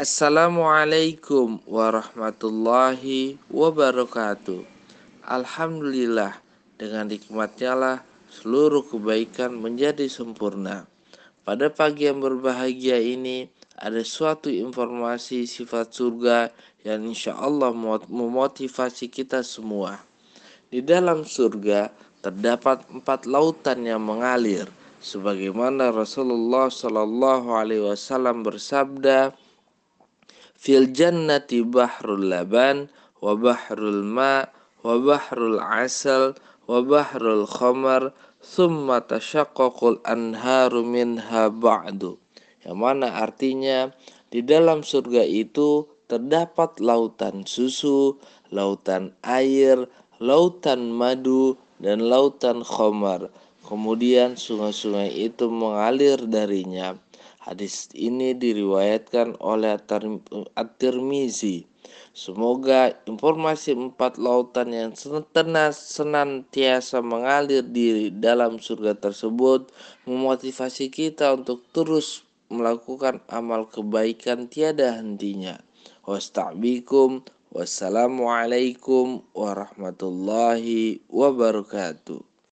Assalamualaikum warahmatullahi wabarakatuh. Alhamdulillah, dengan nikmatnya lah seluruh kebaikan menjadi sempurna. Pada pagi yang berbahagia ini ada suatu informasi sifat surga yang insya Allah memotivasi kita semua. Di dalam surga terdapat 4 lautan yang mengalir, sebagaimana Rasulullah Shallallahu Alaihi Wasallam bersabda, Fil jannati bahrul laban wa bahrul ma wa bahrul asal wa bahrul khamar thumma tashaqqaqul anharu minha ba'du. Yang mana artinya di dalam surga itu terdapat lautan susu, lautan air, lautan madu, dan lautan khamar. Kemudian sungai-sungai itu mengalir darinya. Hadis ini diriwayatkan oleh At-Tirmizi. Semoga informasi 4 lautan yang senantiasa mengalir di dalam surga tersebut memotivasi kita untuk terus melakukan amal kebaikan tiada hentinya. Wassalamualaikum warahmatullahi wabarakatuh.